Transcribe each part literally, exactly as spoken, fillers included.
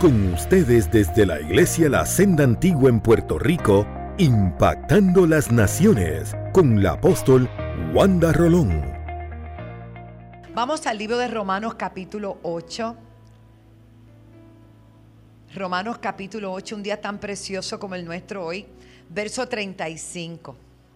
Con ustedes desde la Iglesia La Senda Antigua en Puerto Rico, impactando las naciones, con la apóstol Wanda Rolón. Vamos al libro de Romanos capítulo ocho. Romanos capítulo ocho, un día tan precioso como el nuestro hoy, verso treinta y cinco.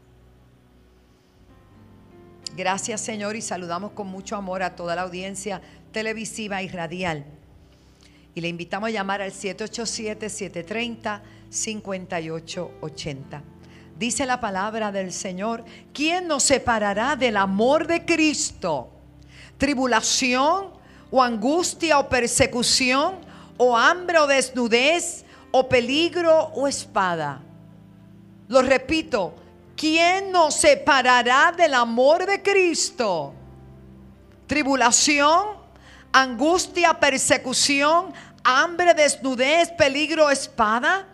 Gracias, Señor, y saludamos con mucho amor a toda la audiencia televisiva y radial. Y le invitamos a llamar al siete ocho siete, siete tres cero, cinco ocho ocho cero. Dice la palabra del Señor: ¿quién nos separará del amor de Cristo? ¿Tribulación o angustia o persecución o hambre o desnudez o peligro o espada? Lo repito, ¿quién nos separará del amor de Cristo? ¿Tribulación, angustia, persecución, hambre, desnudez, peligro, espada?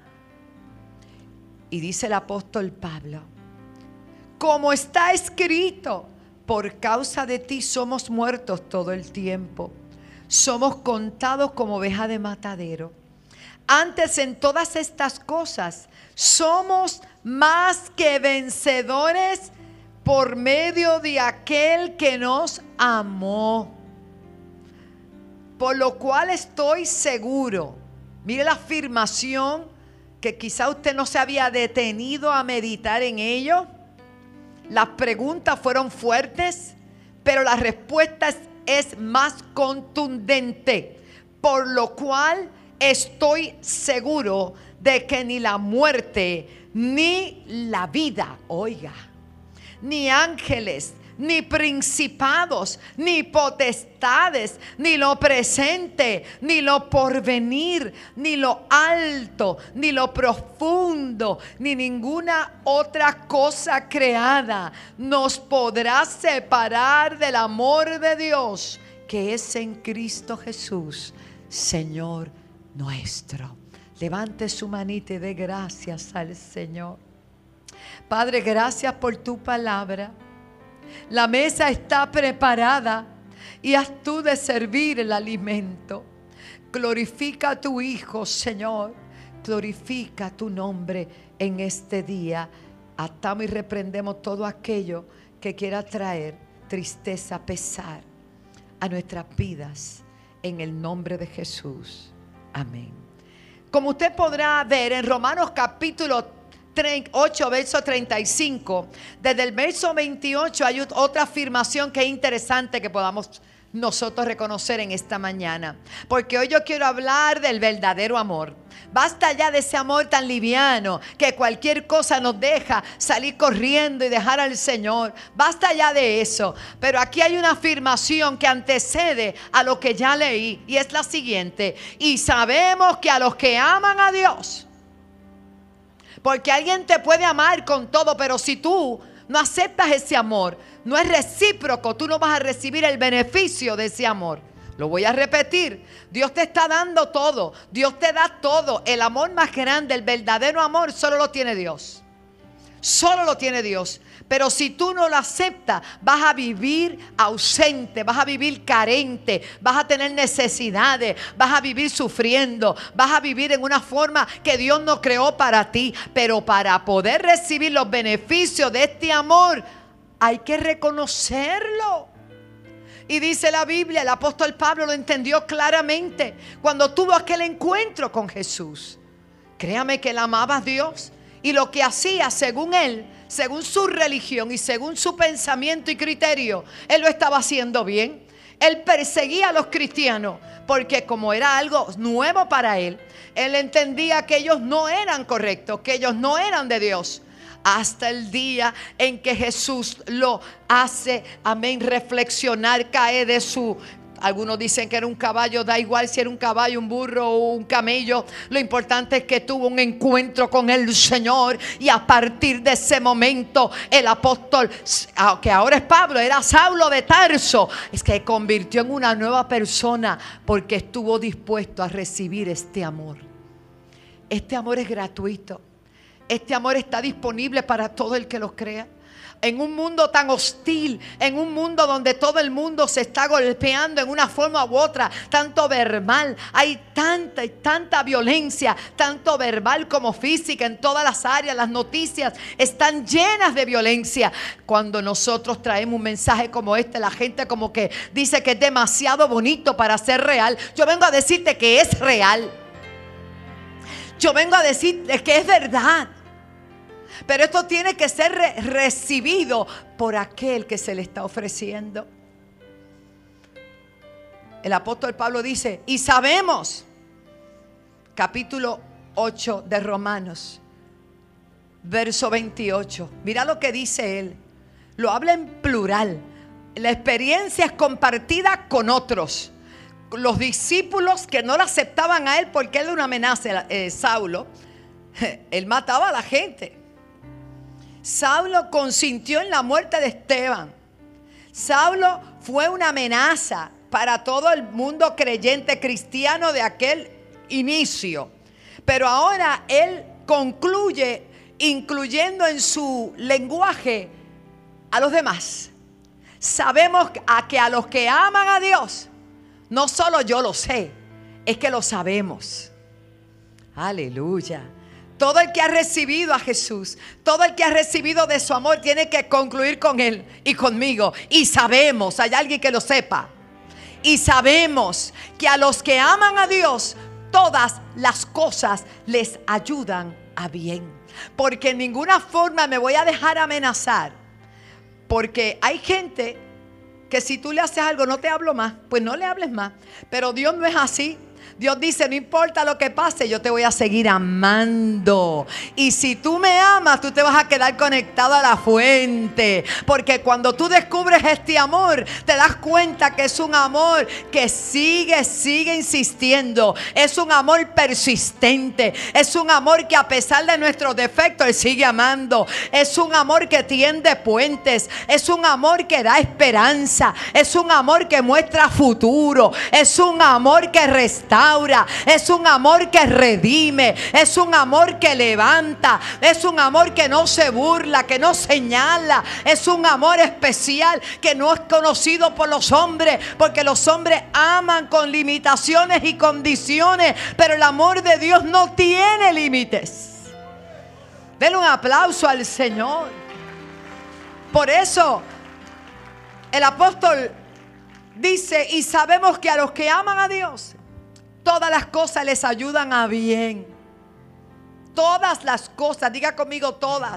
Y dice el apóstol Pablo: como está escrito, por causa de ti somos muertos todo el tiempo, somos contados como oveja de matadero. Antes, en todas estas cosas somos más que vencedores por medio de aquel que nos amó. Por lo cual estoy seguro, mire la afirmación, que quizá usted no se había detenido a meditar en ello. Las preguntas fueron fuertes, pero la respuesta es, es más contundente. Por lo cual estoy seguro de que ni la muerte, ni la vida, oiga, ni ángeles, ni principados, ni potestades, ni lo presente, ni lo porvenir, ni lo alto, ni lo profundo, ni ninguna otra cosa creada nos podrá separar del amor de Dios que es en Cristo Jesús, Señor nuestro. Levante su manita y dé gracias al Señor. Padre, gracias por tu palabra. La mesa está preparada y haz tú de servir el alimento. Glorifica a tu Hijo, Señor. Glorifica tu nombre en este día. Atamos y reprendemos todo aquello que quiera traer tristeza, pesar a nuestras vidas, en el nombre de Jesús. Amén. Como usted podrá ver en Romanos capítulo ocho, verso treinta y cinco, desde el verso veintiocho hay otra afirmación que es interesante que podamos nosotros reconocer en esta mañana, porque hoy yo quiero hablar del verdadero amor. Basta ya de ese amor tan liviano que cualquier cosa nos deja salir corriendo y dejar al Señor. Basta ya de eso. Pero aquí hay una afirmación que antecede a lo que ya leí, y es la siguiente: y sabemos que a los que aman a Dios, porque alguien te puede amar con todo, pero si tú no aceptas ese amor, no es recíproco, tú no vas a recibir el beneficio de ese amor. Lo voy a repetir: Dios te está dando todo, Dios te da todo. El amor más grande, el verdadero amor, solo lo tiene Dios. Solo lo tiene Dios. Pero si tú no lo aceptas, vas a vivir ausente, vas a vivir carente, vas a tener necesidades, vas a vivir sufriendo, vas a vivir en una forma que Dios no creó para ti. Pero para poder recibir los beneficios de este amor, hay que reconocerlo. Y dice la Biblia, el apóstol Pablo lo entendió claramente cuando tuvo aquel encuentro con Jesús. Créame que él amaba a Dios, y lo que hacía, según él, según su religión y según su pensamiento y criterio, él lo estaba haciendo bien. Él perseguía a los cristianos porque, como era algo nuevo para él, él entendía que ellos no eran correctos, que ellos no eran de Dios. Hasta el día en que Jesús lo hace, amén, reflexionar, cae de su... Algunos dicen que era un caballo, da igual si era un caballo, un burro o un camello. Lo importante es que tuvo un encuentro con el Señor, y a partir de ese momento el apóstol, que ahora es Pablo, era Saulo de Tarso, es que se convirtió en una nueva persona porque estuvo dispuesto a recibir este amor. Este amor es gratuito. Este amor está disponible para todo el que lo crea. En un mundo tan hostil, en un mundo donde todo el mundo se está golpeando en una forma u otra, tanto verbal, hay tanta y tanta violencia, tanto verbal como física en todas las áreas. Las noticias están llenas de violencia. Cuando nosotros traemos un mensaje como este, la gente como que dice que es demasiado bonito para ser real. Yo vengo a decirte que es real. Yo vengo a decirte que es verdad. Pero esto tiene que ser re- recibido por aquel que se le está ofreciendo. El apóstol Pablo dice, y sabemos, capítulo ocho de Romanos, verso veintiocho. Mira lo que dice él. Lo habla en plural. La experiencia es compartida con otros. Los discípulos que no lo aceptaban a él porque él era una amenaza, eh, Saulo, él mataba a la gente. Saulo consintió en la muerte de Esteban. Saulo fue una amenaza para todo el mundo creyente cristiano de aquel inicio. Pero ahora él concluye incluyendo en su lenguaje a los demás. Sabemos a que a los que aman a Dios, no solo yo lo sé, es que lo sabemos. Aleluya. Todo el que ha recibido a Jesús, todo el que ha recibido de su amor, tiene que concluir con él y conmigo. Y sabemos, hay alguien que lo sepa. Y sabemos que a los que aman a Dios, todas las cosas les ayudan a bien. Porque en ninguna forma me voy a dejar amenazar. Porque hay gente que si tú le haces algo, no te hablo más, pues no le hables más. Pero Dios no es así. Dios dice, no importa lo que pase, yo te voy a seguir amando. Y si tú me amas, tú te vas a quedar conectado a la fuente. Porque cuando tú descubres este amor, te das cuenta que es un amor que sigue, sigue insistiendo. Es un amor persistente. Es un amor que a pesar de nuestros defectos, Él sigue amando. Es un amor que tiende puentes. Es un amor que da esperanza. Es un amor que muestra futuro. Es un amor que restaura. Es un amor que redime. Es un amor que levanta. Es un amor que no se burla, que no señala. Es un amor especial que no es conocido por los hombres, porque los hombres aman con limitaciones y condiciones, pero el amor de Dios no tiene límites. Denle un aplauso al Señor. Por eso el apóstol dice, y sabemos que a los que aman a Dios, todas las cosas les ayudan a bien. Todas las cosas, diga conmigo todas.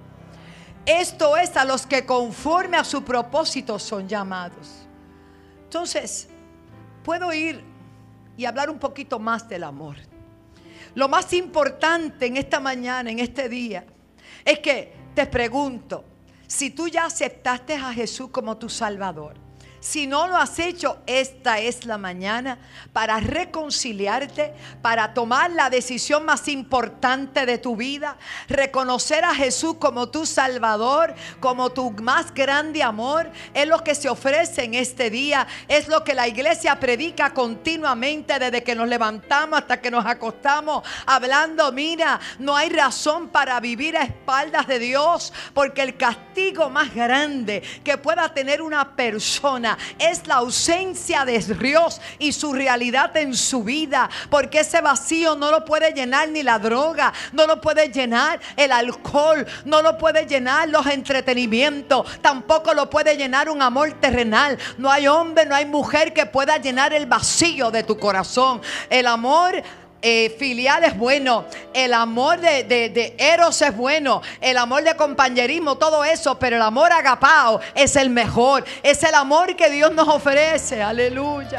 Esto es a los que conforme a su propósito son llamados. Entonces, puedo ir y hablar un poquito más del amor. Lo más importante en esta mañana, en este día, es que te pregunto, si tú ya aceptaste a Jesús como tu Salvador, si no lo has hecho, esta es la mañana para reconciliarte, para tomar la decisión más importante de tu vida, reconocer a Jesús como tu Salvador, como tu más grande amor. Es lo que se ofrece en este día, es lo que la iglesia predica continuamente desde que nos levantamos hasta que nos acostamos, hablando, mira, no hay razón para vivir a espaldas de Dios, porque el castigo más grande que pueda tener una persona es la ausencia de Dios y su realidad en su vida, porque ese vacío no lo puede llenar ni la droga, no lo puede llenar el alcohol, no lo puede llenar los entretenimientos, tampoco lo puede llenar un amor terrenal. No hay hombre, no hay mujer que pueda llenar el vacío de tu corazón. El amor Eh, filial es bueno, el amor de, de, de eros es bueno, el amor de compañerismo, todo eso, pero el amor agapao es el mejor, es el amor que Dios nos ofrece. Aleluya.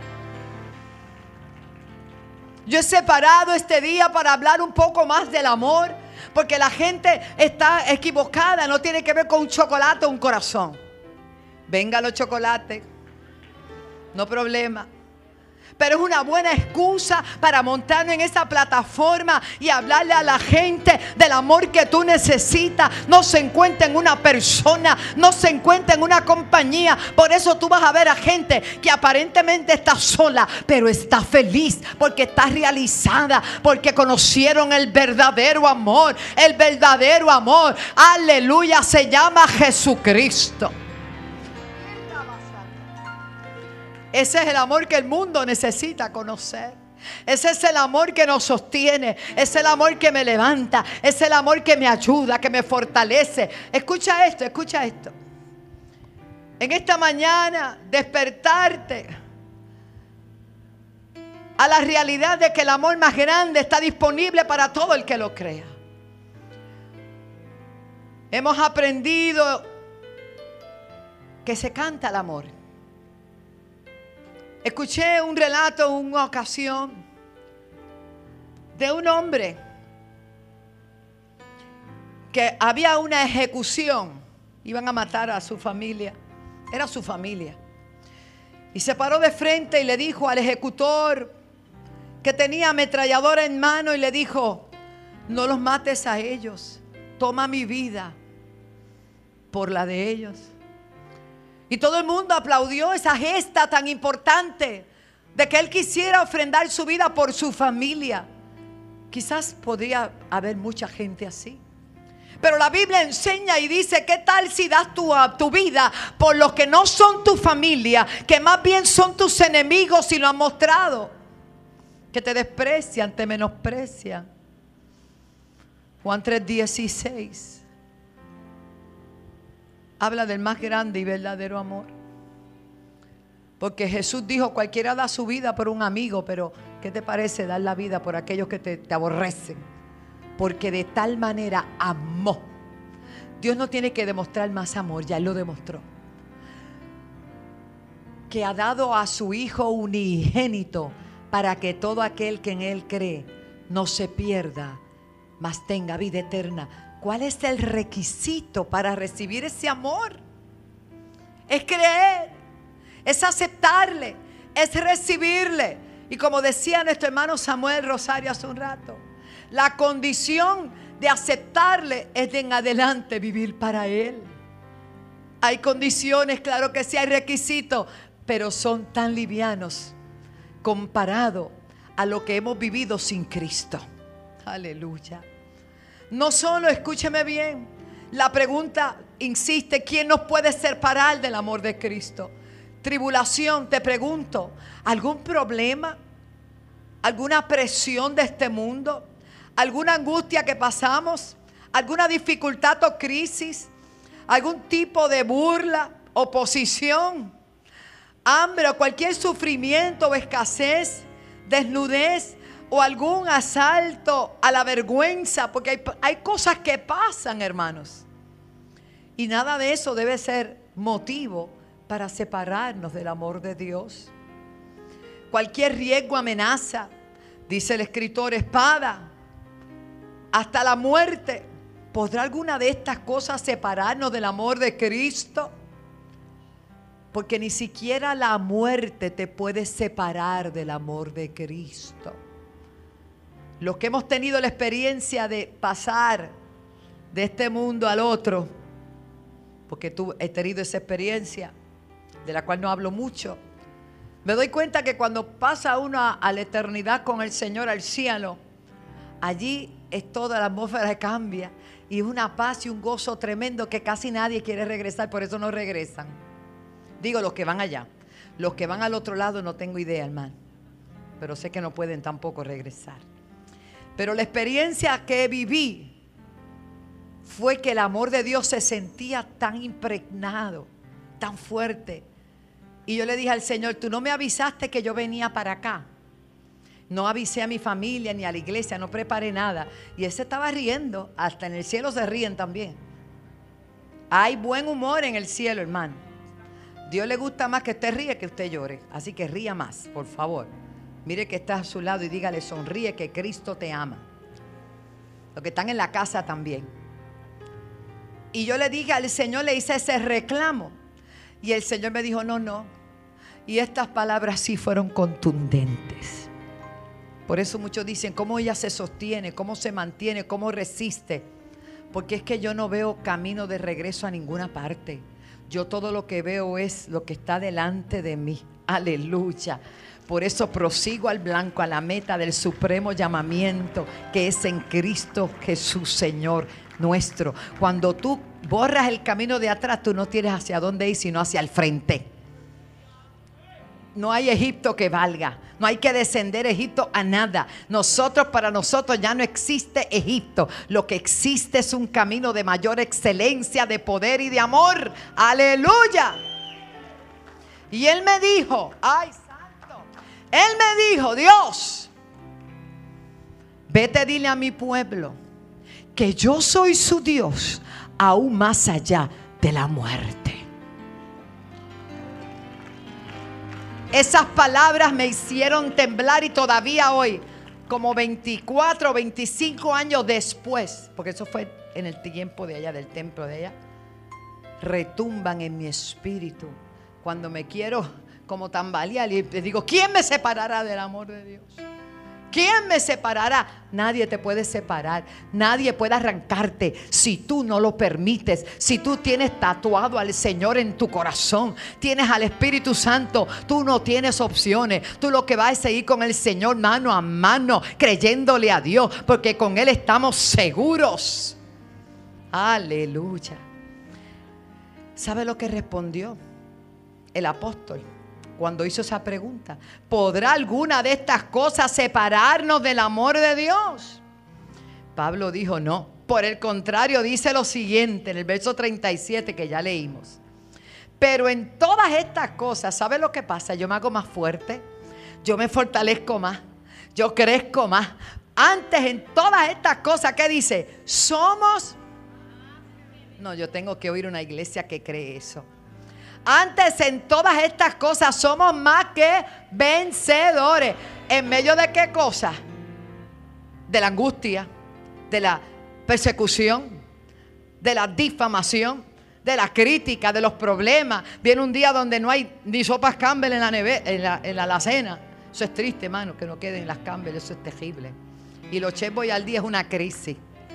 Yo he separado este día para hablar un poco más del amor, porque la gente está equivocada. No tiene que ver con un chocolate o un corazón. Venga los chocolates, no problema. pero es una buena excusa para montarnos en esa plataforma y hablarle a la gente del amor que tú necesitas. No se encuentra en una persona, no se encuentra en una compañía. Por eso tú vas a ver a gente que aparentemente está sola, pero está feliz porque está realizada, porque conocieron el verdadero amor. El verdadero amor, aleluya, se llama Jesucristo. Ese es el amor que el mundo necesita conocer. Ese es el amor que nos sostiene. Es el amor que me levanta. Es el amor que me ayuda, que me fortalece. Escucha esto, escucha esto. En esta mañana, despertarte a la realidad de que el amor más grande está disponible para todo el que lo crea. Hemos aprendido que se canta el amor. Escuché un relato en una ocasión de un hombre que había una ejecución. Iban a matar a su familia. Era su familia. Y se paró de frente y le dijo al ejecutor que tenía ametralladora en mano y le dijo: no los mates a ellos. Toma mi vida por la de ellos. Y todo el mundo aplaudió esa gesta tan importante de que él quisiera ofrendar su vida por su familia. Quizás podría haber mucha gente así, pero la Biblia enseña y dice: ¿qué tal si das tu, tu vida por los que no son tu familia, que más bien son tus enemigos y lo han mostrado? Que te desprecian, te menosprecian. Juan tres dieciséis habla del más grande y verdadero amor. Porque Jesús dijo: cualquiera da su vida por un amigo, pero ¿qué te parece dar la vida por aquellos que te, te aborrecen? Porque de tal manera amó. Dios no tiene que demostrar más amor, ya Él lo demostró. Que ha dado a su Hijo unigénito para que todo aquel que en Él cree no se pierda, mas tenga vida eterna. ¿Cuál es el requisito para recibir ese amor? Es creer, es aceptarle, es recibirle. Y como decía nuestro hermano Samuel Rosario hace un rato, la condición de aceptarle es de en adelante vivir para Él. Hay condiciones, claro que sí, hay requisitos, pero son tan livianos comparado a lo que hemos vivido sin Cristo. Aleluya. No solo, escúcheme bien, la pregunta insiste: ¿quién nos puede separar del amor de Cristo? Tribulación, te pregunto, ¿algún problema? ¿Alguna presión de este mundo? ¿Alguna angustia que pasamos? ¿Alguna dificultad o crisis? ¿Algún tipo de burla, oposición, hambre o cualquier sufrimiento o escasez, desnudez o algún asalto a la vergüenza? Porque hay, hay cosas que pasan, hermanos, y nada de eso debe ser motivo para separarnos del amor de Dios. Cualquier riesgo, amenaza, dice el escritor, espada, hasta la muerte. ¿Podrá alguna de estas cosas separarnos del amor de Cristo? Porque ni siquiera la muerte te puede separar del amor de Cristo. Los que hemos tenido la experiencia de pasar de este mundo al otro, porque tú he tenido esa experiencia de la cual no hablo mucho, me doy cuenta que cuando pasa uno a, a la eternidad con el Señor, al cielo, allí es toda la atmósfera cambia y es una paz y un gozo tremendo que casi nadie quiere regresar, por eso no regresan. Digo, los que van allá. Los que van al otro lado no tengo idea, hermano, pero sé que no pueden tampoco regresar. Pero la experiencia que viví fue que el amor de Dios se sentía tan impregnado, tan fuerte. Y yo le dije al Señor: tú no me avisaste que yo venía para acá. No avisé a mi familia ni a la iglesia, no preparé nada. Y Él se estaba riendo, hasta en el cielo se ríen también. Hay buen humor en el cielo, hermano. Dios le gusta más que usted ríe que usted llore. Así que ría más, por favor. Mire que está a su lado y dígale: sonríe, que Cristo te ama. Los que están en la casa también. Y yo le dije al Señor, le hice ese reclamo. Y el Señor me dijo: no, no. Y estas palabras sí fueron contundentes. Por eso muchos dicen, ¿cómo ella se sostiene? ¿Cómo se mantiene? ¿Cómo resiste? Porque es que yo no veo camino de regreso a ninguna parte. Yo todo lo que veo es lo que está delante de mí. Aleluya. Por eso prosigo al blanco, a la meta del supremo llamamiento que es en Cristo Jesús, Señor nuestro. Cuando tú borras el camino de atrás, tú no tienes hacia dónde ir, sino hacia el frente. No hay Egipto que valga. No hay que descender a Egipto a nada. Nosotros, para nosotros ya no existe Egipto. Lo que existe es un camino de mayor excelencia, de poder y de amor. Aleluya. Y Él me dijo, ay santo, Él me dijo, Dios, vete, dile a mi pueblo que yo soy su Dios, aún más allá de la muerte. Esas palabras me hicieron temblar y todavía hoy, como veinticuatro, veinticinco años después, porque eso fue en el tiempo de allá, del templo de allá, retumban en mi espíritu. Cuando me quiero como tambalear y digo, ¿quién me separará del amor de Dios? ¿Quién me separará? Nadie te puede separar. Nadie puede arrancarte si tú no lo permites. Si tú tienes tatuado al Señor en tu corazón, tienes al Espíritu Santo, tú no tienes opciones. Tú lo que vas es seguir con el Señor mano a mano, creyéndole a Dios, porque con Él estamos seguros. Aleluya. ¿Sabe lo que respondió el apóstol cuando hizo esa pregunta? ¿Podrá alguna de estas cosas separarnos del amor de Dios? Pablo dijo no. Por el contrario, dice lo siguiente en el verso treinta y siete que ya leímos. Pero en todas estas cosas, ¿sabe lo que pasa? Yo me hago más fuerte, yo me fortalezco más, yo crezco más. Antes, en todas estas cosas, ¿qué dice? Somos... No, yo tengo que oír una iglesia que cree eso. Antes, en todas estas cosas somos más que vencedores. ¿En medio de qué cosa? De la angustia, de la persecución, de la difamación, de la crítica, de los problemas. Viene un día donde no hay ni sopas Campbell en la, neve, en la, en la alacena. Eso es triste, hermano, que no queden las Campbell. Eso es terrible. Y los Chef Boy al día es una crisis.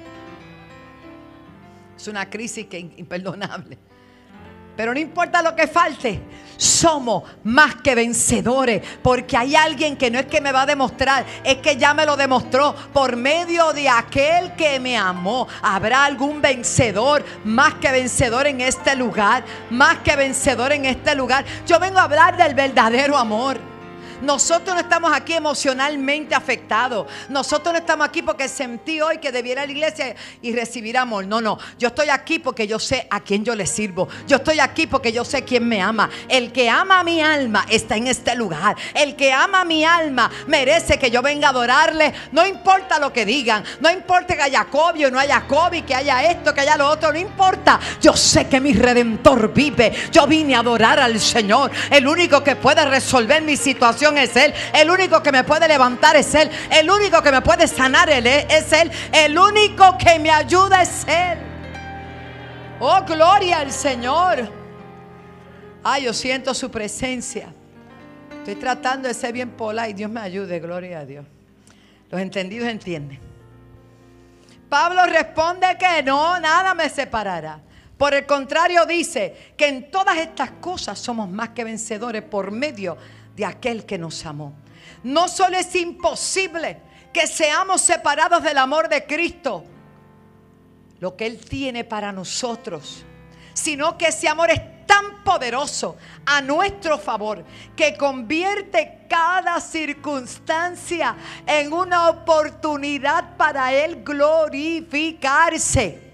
Es una crisis que es imperdonable. Pero no importa lo que falte, somos más que vencedores, porque hay alguien que no es que me va a demostrar, es que ya me lo demostró por medio de aquel que me amó. ¿Habrá algún vencedor más que vencedor en este lugar? Más que vencedor en este lugar. Yo vengo a hablar del verdadero amor. Nosotros no estamos aquí emocionalmente afectados. Nosotros no estamos aquí porque sentí hoy que debiera ir a la iglesia y recibir amor. No, no. Yo estoy aquí porque yo sé a quién yo le sirvo. Yo estoy aquí porque yo sé quién me ama. El que ama a mi alma está en este lugar. El que ama a mi alma merece que yo venga a adorarle. No importa lo que digan. No importa que haya COVID o no haya COVID, que haya esto, que haya lo otro. No importa. Yo sé que mi Redentor vive. Yo vine a adorar al Señor. El único que puede resolver mi situación es Él. El único que me puede levantar es Él. El único que me puede sanar es Él. El único que me ayuda es Él. Oh, gloria al Señor. Ay, yo siento su presencia. Estoy tratando de ser bien pola y Dios me ayude, gloria a Dios. Los entendidos entienden. Pablo responde que no, nada me separará. Por el contrario, dice que en todas estas cosas somos más que vencedores por medio de aquel que nos amó. No solo es imposible que seamos separados del amor de Cristo, lo que Él tiene para nosotros, sino que ese amor es tan poderoso a nuestro favor que convierte cada circunstancia en una oportunidad para Él glorificarse.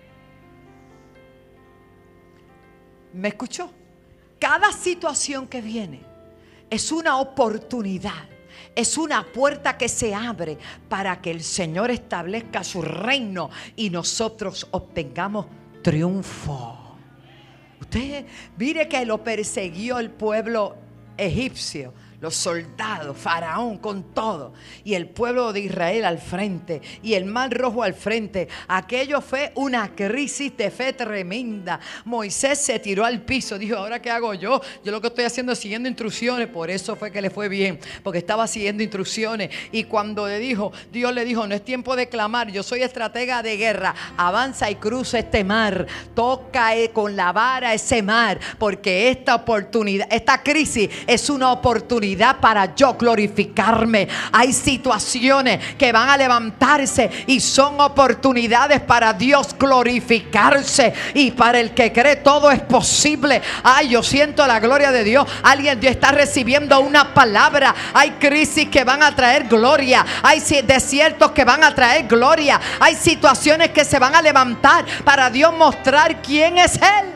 ¿Me escuchó? Cada situación que viene es una oportunidad, es una puerta que se abre para que el Señor establezca su reino y nosotros obtengamos triunfo. Usted mire que lo persiguió el pueblo egipcio, los soldados, Faraón con todo, y el pueblo de Israel al frente, y el mar rojo al frente. Aquello fue una crisis de fe tremenda. Moisés se tiró al piso, dijo, ¿ahora qué hago yo? Yo lo que estoy haciendo es siguiendo instrucciones. Por eso fue que le fue bien, porque estaba siguiendo instrucciones. Y cuando le dijo, Dios le dijo, no es tiempo de clamar, yo soy estratega de guerra, avanza y cruza este mar, toca con la vara ese mar, porque esta oportunidad, esta crisis es una oportunidad para yo glorificarme. Hay situaciones que van a levantarse y son oportunidades para Dios glorificarse, y para el que cree todo es posible. Ay, yo siento la gloria de Dios. Alguien está recibiendo una palabra. Hay crisis que van a traer gloria, hay desiertos que van a traer gloria, hay situaciones que se van a levantar para Dios mostrar quién es Él.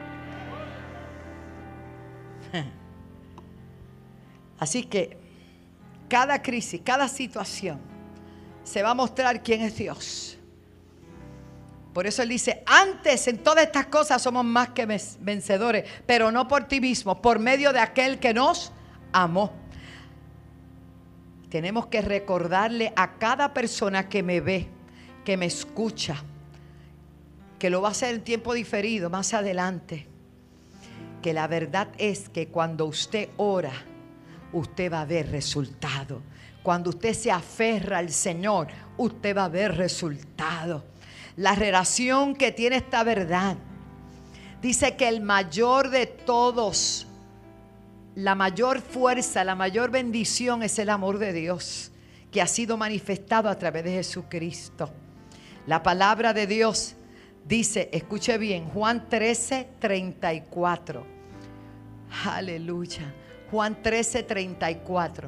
Así que cada crisis, cada situación se va a mostrar quién es Dios. Por eso Él dice, antes en todas estas cosas somos más que vencedores, pero no por ti mismo, por medio de aquel que nos amó. Tenemos que recordarle a cada persona que me ve, que me escucha, que lo va a hacer en tiempo diferido, más adelante, que la verdad es que cuando usted ora, usted va a ver resultado. Cuando usted se aferra al Señor, usted va a ver resultado. La relación que tiene esta verdad dice que el mayor de todos, la mayor fuerza, la mayor bendición es el amor de Dios, que ha sido manifestado a través de Jesucristo. La palabra de Dios dice, escuche bien, Juan trece, treinta y cuatro. Aleluya. Juan trece, treinta y cuatro.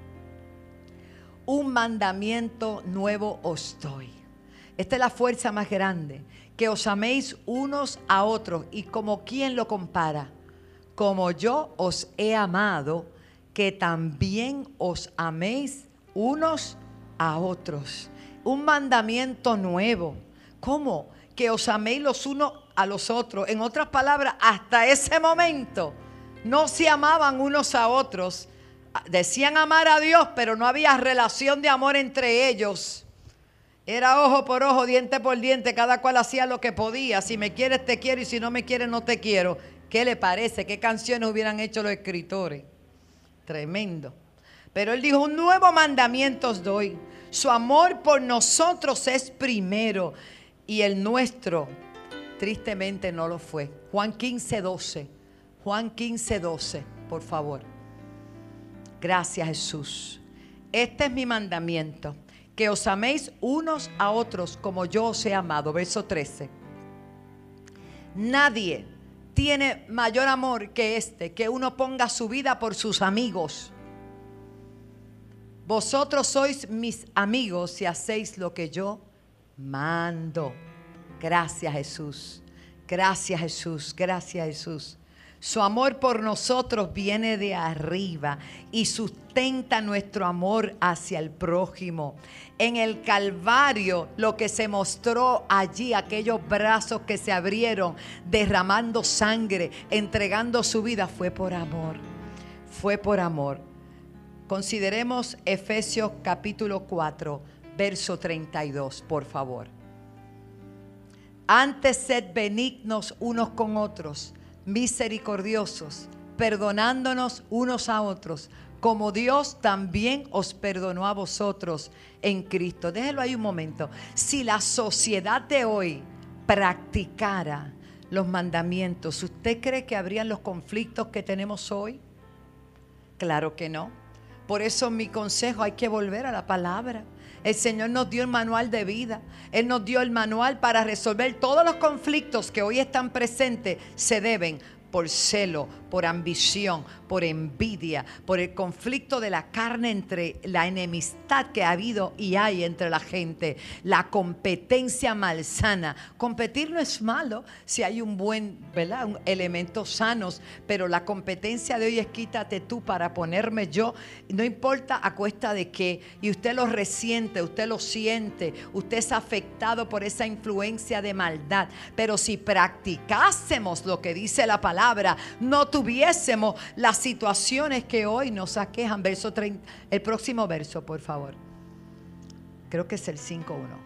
Un mandamiento nuevo os doy. Esta es la fuerza más grande, que os améis unos a otros. ¿Y como quién lo compara? Como yo os he amado, que también os améis unos a otros. Un mandamiento nuevo. ¿Cómo? Que os améis los unos a los otros. En otras palabras, hasta ese momento no se amaban unos a otros. Decían amar a Dios, pero no había relación de amor entre ellos. Era ojo por ojo, diente por diente, cada cual hacía lo que podía. Si me quieres te quiero y si no me quieres no te quiero. ¿Qué le parece? ¿Qué canciones hubieran hecho los escritores? Tremendo. Pero Él dijo, un nuevo mandamiento os doy. Su amor por nosotros es primero, y el nuestro tristemente no lo fue. Juan quince, doce. Juan quince, doce, por favor. Gracias, Jesús. Este es mi mandamiento, que os améis unos a otros como yo os he amado. Verso trece. Nadie tiene mayor amor que este, que uno ponga su vida por sus amigos. Vosotros sois mis amigos si hacéis lo que yo mando. Gracias, Jesús. Gracias, Jesús. Gracias, Jesús. Su amor por nosotros viene de arriba y sustenta nuestro amor hacia el prójimo. En el Calvario, lo que se mostró allí, aquellos brazos que se abrieron, derramando sangre, entregando su vida, fue por amor. Fue por amor. Consideremos Efesios capítulo cuatro, verso treinta y dos, por favor. Antes sed benignos unos con otros, misericordiosos, perdonándonos unos a otros, como Dios también os perdonó a vosotros en Cristo. Déjelo ahí un momento. Si la sociedad de hoy practicara los mandamientos, ¿usted cree que habrían los conflictos que tenemos hoy? Claro que no. Por eso mi consejo, hay que volver a la palabra. El Señor nos dio el manual de vida. Él nos dio el manual para resolver todos los conflictos que hoy están presentes. Se deben por celo, por ambición, por envidia, por el conflicto de la carne, entre la enemistad que ha habido y hay entre la gente, la competencia malsana. Competir no es malo si hay un buen, ¿verdad?, un elementos sanos, pero la competencia de hoy es quítate tú para ponerme yo. No importa a cuesta de qué, y usted lo resiente, usted lo siente, usted es afectado por esa influencia de maldad. Pero si practicásemos lo que dice la palabra, palabra, no tuviésemos las situaciones que hoy nos aquejan. Verso treinta, el próximo verso, por favor. Creo que es el cinco uno.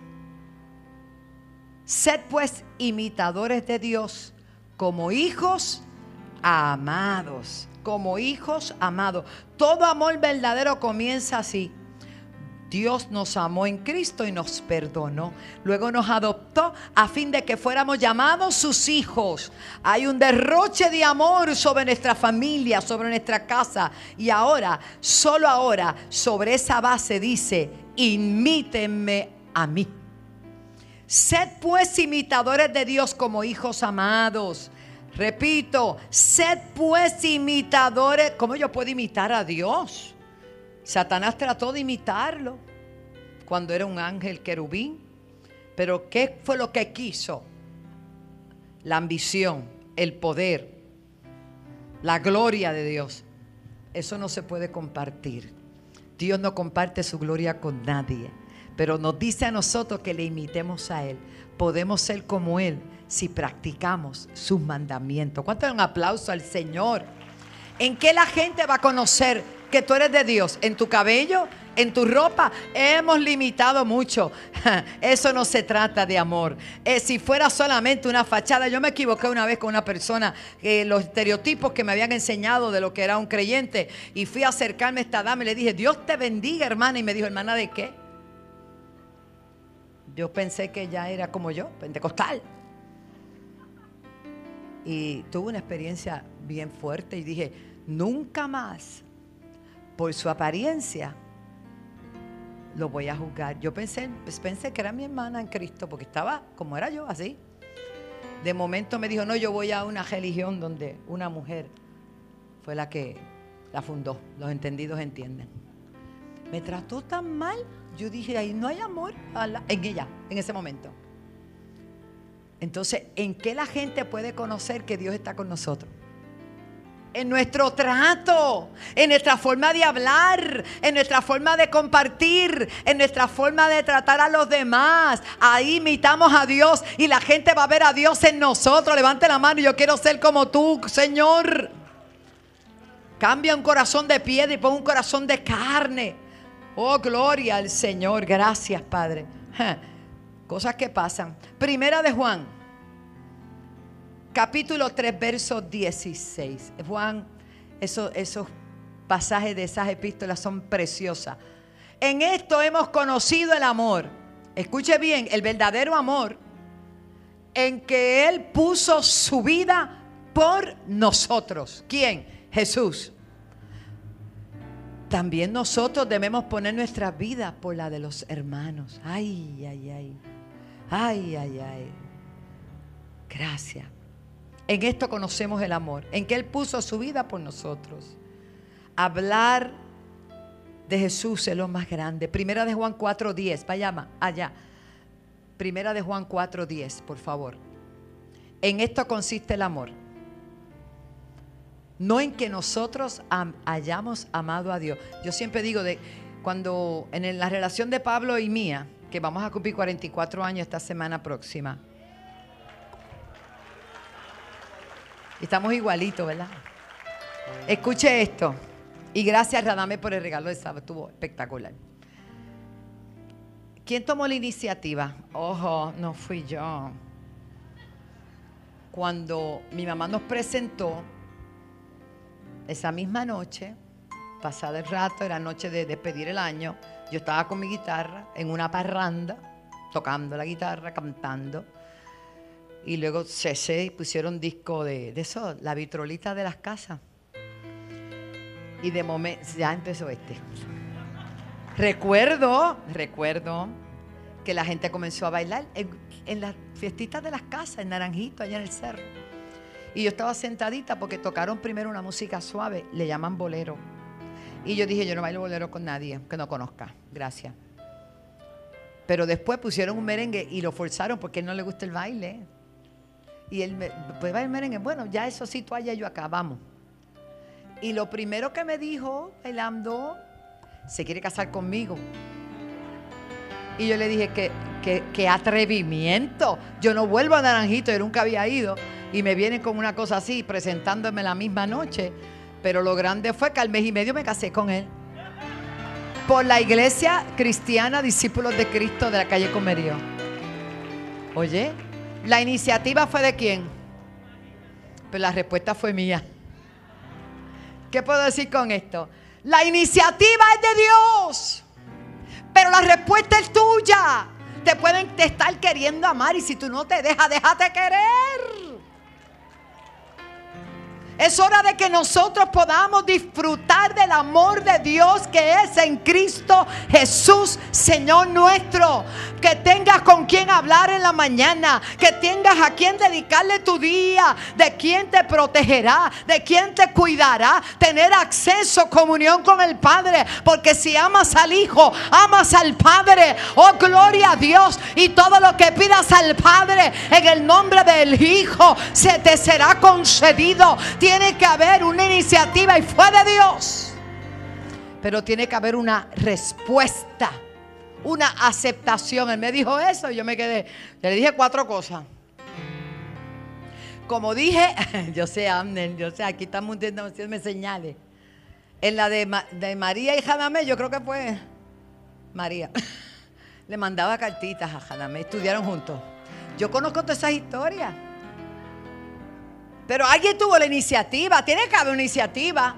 Sed pues imitadores de Dios como hijos amados. Como hijos amados. Todo amor verdadero comienza así. Dios nos amó en Cristo y nos perdonó. Luego nos adoptó a fin de que fuéramos llamados sus hijos. Hay un derroche de amor sobre nuestra familia, sobre nuestra casa. Y ahora, solo ahora, sobre esa base dice, imítenme a mí. Sed pues imitadores de Dios como hijos amados. Repito, sed pues imitadores. ¿Cómo yo puedo imitar a Dios? Satanás trató de imitarlo cuando era un ángel querubín. Pero ¿qué fue lo que quiso? La ambición, el poder, la gloria de Dios. Eso no se puede compartir. Dios no comparte su gloria con nadie. Pero nos dice a nosotros que le imitemos a Él. Podemos ser como Él si practicamos sus mandamientos. ¿Cuánto es un aplauso al Señor? ¿En qué la gente va a conocer que tú eres de Dios? ¿En tu cabello? ¿En tu ropa? Hemos limitado mucho. Eso no se trata de amor. Eh, si fuera solamente una fachada. Yo me equivoqué una vez con una persona, eh, los estereotipos que me habían enseñado de lo que era un creyente, y fui a acercarme a esta dama y le dije, Dios te bendiga, hermana. Y me dijo, ¿hermana de qué? Yo pensé que ella era como yo, pentecostal. Y tuve una experiencia bien fuerte y dije, nunca más por su apariencia lo voy a juzgar. Yo pensé, pues pensé que era mi hermana en Cristo porque estaba como era yo, así. De momento me dijo, no, yo voy a una religión donde una mujer fue la que la fundó. Los entendidos entienden. Me trató tan mal. Yo dije, ahí no hay amor en ella, en ese momento. Entonces, ¿en qué la gente puede conocer que Dios está con nosotros? En nuestro trato, en nuestra forma de hablar, en nuestra forma de compartir, en nuestra forma de tratar a los demás. Ahí imitamos a Dios y la gente va a ver a Dios en nosotros. Levante la mano, yo quiero ser como tú, Señor. Cambia un corazón de piedra y pon un corazón de carne. Oh, gloria al Señor. Gracias, Padre. Cosas que pasan. Primera de Juan, capítulo tres, verso dieciséis. Juan, esos, esos pasajes de esas epístolas son preciosas. En esto hemos conocido el amor. Escuche bien, el verdadero amor, en que Él puso su vida por nosotros. ¿Quién? Jesús. También nosotros debemos poner nuestras vidas por la de los hermanos. Ay, ay, ay. Ay, ay, ay. Gracias. En esto conocemos el amor, en que Él puso su vida por nosotros. Hablar de Jesús es lo más grande. Primera de Juan cuatro diez. Vaya allá. Primera de Juan cuatro diez, por favor. En esto consiste el amor. No en que nosotros am, hayamos amado a Dios. Yo siempre digo, de cuando en la relación de Pablo y mía, que vamos a cumplir cuarenta y cuatro años esta semana próxima. Estamos igualitos, ¿verdad? Escuche esto. Y gracias, Radame, por el regalo de sábado. Estuvo espectacular. ¿Quién tomó la iniciativa? Ojo, no fui yo. Cuando mi mamá nos presentó, esa misma noche, pasado el rato, era noche de despedir el año, yo estaba con mi guitarra en una parranda, tocando la guitarra, cantando. Y luego cesé y pusieron disco de, de eso, la vitrolita de las casas. Y de momento, ya empezó este. Recuerdo, recuerdo que la gente comenzó a bailar en, en las fiestitas de las casas, en Naranjito, allá en el cerro. Y yo estaba sentadita porque tocaron primero una música suave, le llaman bolero. Y yo dije, yo no bailo bolero con nadie que no conozca, gracias. Pero después pusieron un merengue y lo forzaron porque a él no le gusta el baile. Y él, me, pues va el merengue, bueno, ya eso sí, tú allá, yo acá, vamos. Y lo primero que me dijo, bailando, se quiere casar conmigo. Y yo le dije, que, que, que atrevimiento, yo no vuelvo a Naranjito, yo nunca había ido. Y me vienen con una cosa así, presentándome la misma noche. Pero lo grande fue que al mes y medio me casé con él. Por la iglesia cristiana Discípulos de Cristo de la calle Comerío. Oye, ¿la iniciativa fue de quién? Pues la respuesta fue mía. ¿Qué puedo decir con esto? La iniciativa es de Dios, pero la respuesta es tuya. Te pueden te estar queriendo amar y si tú no te dejas, déjate querer. Es hora de que nosotros podamos disfrutar del amor de Dios que es en Cristo Jesús, Señor nuestro. Que tengas con quien hablar en la mañana, que tengas a quien dedicarle tu día, de quien te protegerá, de quien te cuidará. Tener acceso, comunión con el Padre, porque si amas al Hijo, amas al Padre. Oh, gloria a Dios. Y todo lo que pidas al Padre en el nombre del Hijo se te será concedido. Tiene que haber una iniciativa y fue de Dios. Pero tiene que haber una respuesta, una aceptación. Él me dijo eso y yo me quedé. Le dije cuatro cosas. Como dije, yo sé, Amner, yo sé, aquí estamos haciendo señales. En la de, de María y Jadamé, yo creo que fue María. Le mandaba cartitas a Jadamé, estudiaron juntos. Yo conozco todas esas historias. Pero alguien tuvo la iniciativa. Tiene que haber una iniciativa.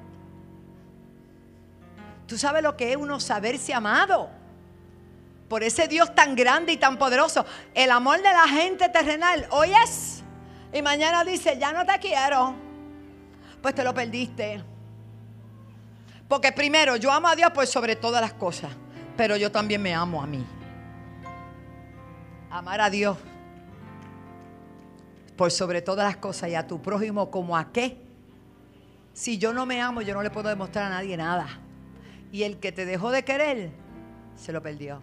Tú sabes lo que es uno saberse amado por ese Dios tan grande y tan poderoso. El amor de la gente terrenal hoy es, y mañana dice, ya no te quiero. Pues te lo perdiste. Porque primero, yo amo a Dios por sobre todas las cosas, pero yo también me amo a mí. Amar a Dios por sobre todas las cosas y a tu prójimo como a qué. Si yo no me amo, yo no le puedo demostrar a nadie nada. Y el que te dejó de querer, se lo perdió.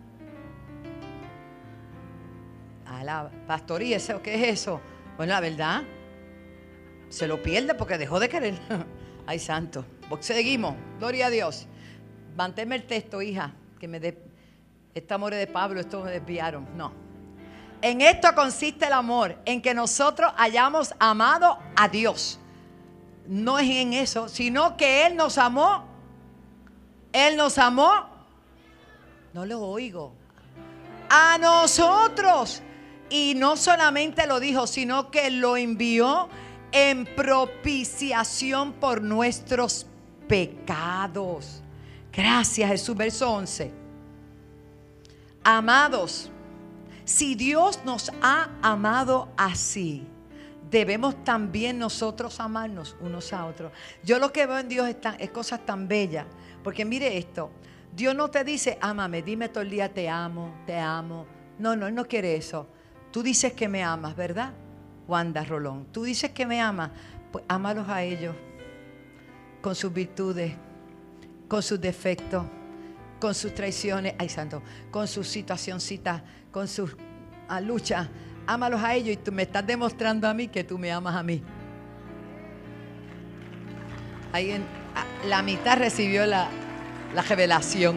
A la pastor, ¿y eso qué es eso? Bueno, la verdad, se lo pierde porque dejó de querer. Ay, santo. Seguimos, gloria a Dios. Manténme el texto, hija, que me de, este amor es de Pablo, esto me desviaron. No. En esto consiste el amor, en que nosotros hayamos amado a Dios. No es en eso, sino que Él nos amó. Él nos amó. No lo oigo. A nosotros. Y no solamente lo dijo, sino que lo envió en propiciación por nuestros pecados. Gracias, Jesús. Verso once. Amados, si Dios nos ha amado así, debemos también nosotros amarnos unos a otros. Yo lo que veo en Dios es, tan, es cosas tan bellas. Porque mire esto, Dios no te dice, ámame, dime todo el día te amo, te amo. No, no, Él no quiere eso. Tú dices que me amas, ¿verdad? Wanda Rolón, tú dices que me amas, pues ámalos a ellos, con sus virtudes, con sus defectos, con sus traiciones, ay santo, con sus situacioncitas, con sus a, luchas. Ámalos a ellos y tú me estás demostrando a mí que tú me amas a mí. Ahí en, a, la mitad recibió la, la revelación.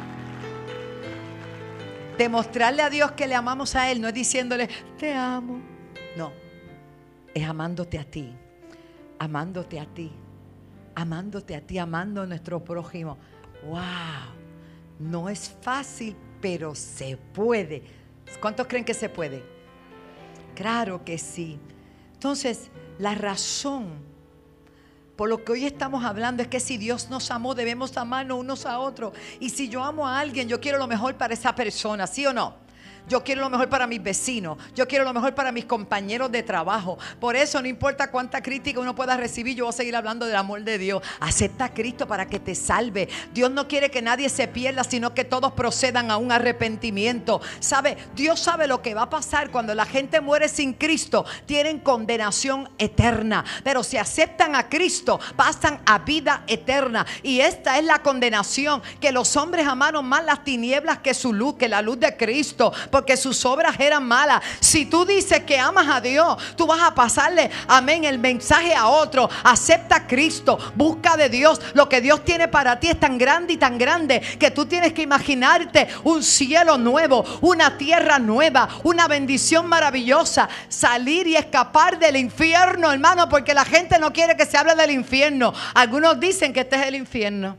Demostrarle a Dios que le amamos a Él no es diciéndole te amo. No, es amándote a ti, amándote a ti, amándote a ti, amando a nuestro prójimo. Wow, no es fácil, pero se puede. ¿Cuántos creen que se puede? Claro que sí. Entonces, la razón por lo que hoy estamos hablando es que si Dios nos amó, debemos amarnos unos a otros. Y si yo amo a alguien, yo quiero lo mejor para esa persona, ¿sí o no? Yo quiero lo mejor para mis vecinos. Yo quiero lo mejor para mis compañeros de trabajo. Por eso no importa cuánta crítica uno pueda recibir, yo voy a seguir hablando del amor de Dios. Acepta a Cristo para que te salve. Dios no quiere que nadie se pierda, sino que todos procedan a un arrepentimiento. ¿Sabe? Dios sabe lo que va a pasar cuando la gente muere sin Cristo. Tienen condenación eterna. Pero si aceptan a Cristo, pasan a vida eterna. Y esta es la condenación, que los hombres amaron más las tinieblas que su luz, que la luz de Cristo. porque sus obras eran malas. Si tú dices que amas a Dios, tú vas a pasarle, amén, el mensaje a otro. Acepta a Cristo, busca de Dios. Lo que Dios tiene para ti es tan grande y tan grande que tú tienes que imaginarte un cielo nuevo, una tierra nueva, una bendición maravillosa. Salir y escapar del infierno, hermano, porque la gente no quiere que se hable del infierno. Algunos dicen que este es el infierno.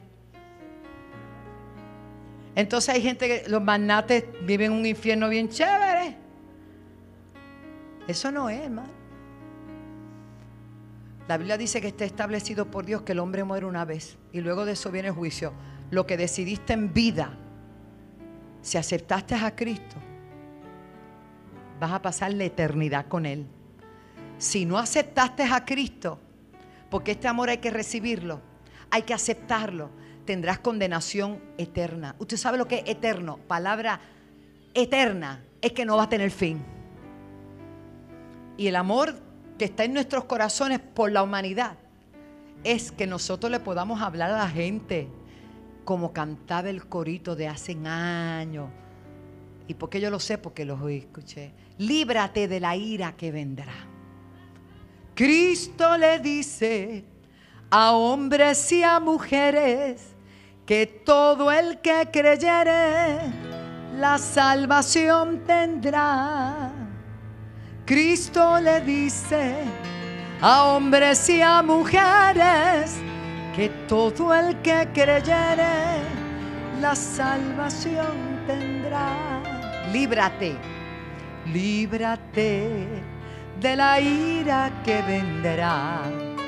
Entonces hay gente que los magnates viven un infierno bien chévere. Eso no es, hermano. La Biblia dice que está establecido por Dios que el hombre muere una vez y luego de eso viene el juicio. Lo que decidiste en vida, si aceptaste a Cristo, vas a pasar la eternidad con Él. Si no aceptaste a Cristo, porque este amor hay que recibirlo, hay que aceptarlo, tendrás condenación eterna. ¿Usted sabe lo que es eterno? Palabra eterna es que no va a tener fin. Y el amor que está en nuestros corazones por la humanidad es que nosotros le podamos hablar a la gente como cantaba el corito de hace años. ¿Y por qué yo lo sé? Porque los escuché. Líbrate de la ira que vendrá. Cristo le dice a hombres y a mujeres que todo el que creyere la salvación tendrá. Cristo le dice a hombres y a mujeres que todo el que creyere la salvación tendrá. Líbrate, líbrate de la ira que vendrá.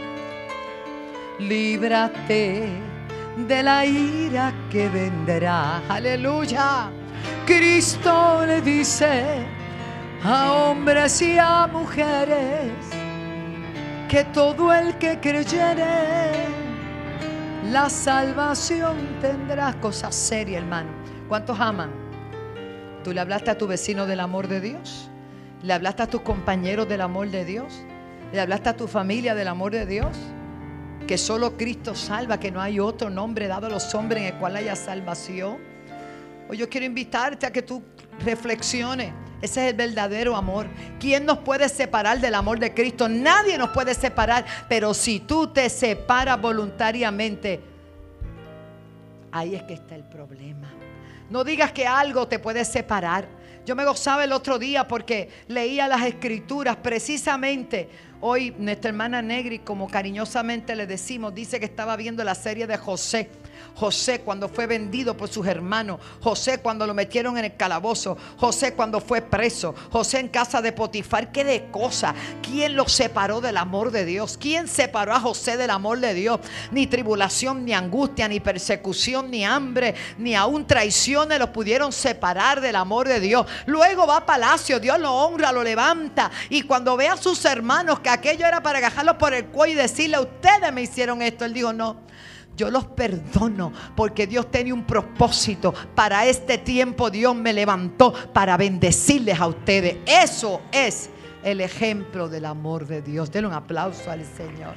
Líbrate de la ira que vendrá. Aleluya. Cristo le dice a hombres y a mujeres que todo el que creyere la salvación tendrá. Cosa seria, hermano. ¿Cuántos aman? ¿Tú le hablaste a tu vecino del amor de Dios? ¿Le hablaste a tus compañeros del amor de Dios? ¿Le hablaste a tu familia del amor de Dios? Que solo Cristo salva, que no hay otro nombre dado a los hombres en el cual haya salvación. Hoy yo quiero invitarte a que tú reflexiones. Ese es el verdadero amor. ¿Quién nos puede separar del amor de Cristo? Nadie nos puede separar. Pero si tú te separas voluntariamente, ahí es que está el problema. No digas que algo te puede separar. Yo me gozaba el otro día porque leía las escrituras. Precisamente hoy nuestra hermana Negri, como cariñosamente le decimos, dice que estaba viendo la serie de José. José cuando fue vendido por sus hermanos, José cuando lo metieron en el calabozo, José cuando fue preso, José en casa de Potifar. ¿Qué de cosa? ¿Quién lo separó del amor de Dios? ¿Quién separó a José del amor de Dios? Ni tribulación, ni angustia, ni persecución, ni hambre, ni aún traiciones los pudieron separar del amor de Dios. Luego va a palacio, Dios lo honra, lo levanta, y cuando ve a sus hermanos que aquello era para agarrarlos por el cuello y decirle: ustedes me hicieron esto, él dijo: no, yo los perdono porque Dios tenía un propósito. Para este tiempo Dios me levantó para bendecirles a ustedes. Eso es el ejemplo del amor de Dios. Denle un aplauso al Señor.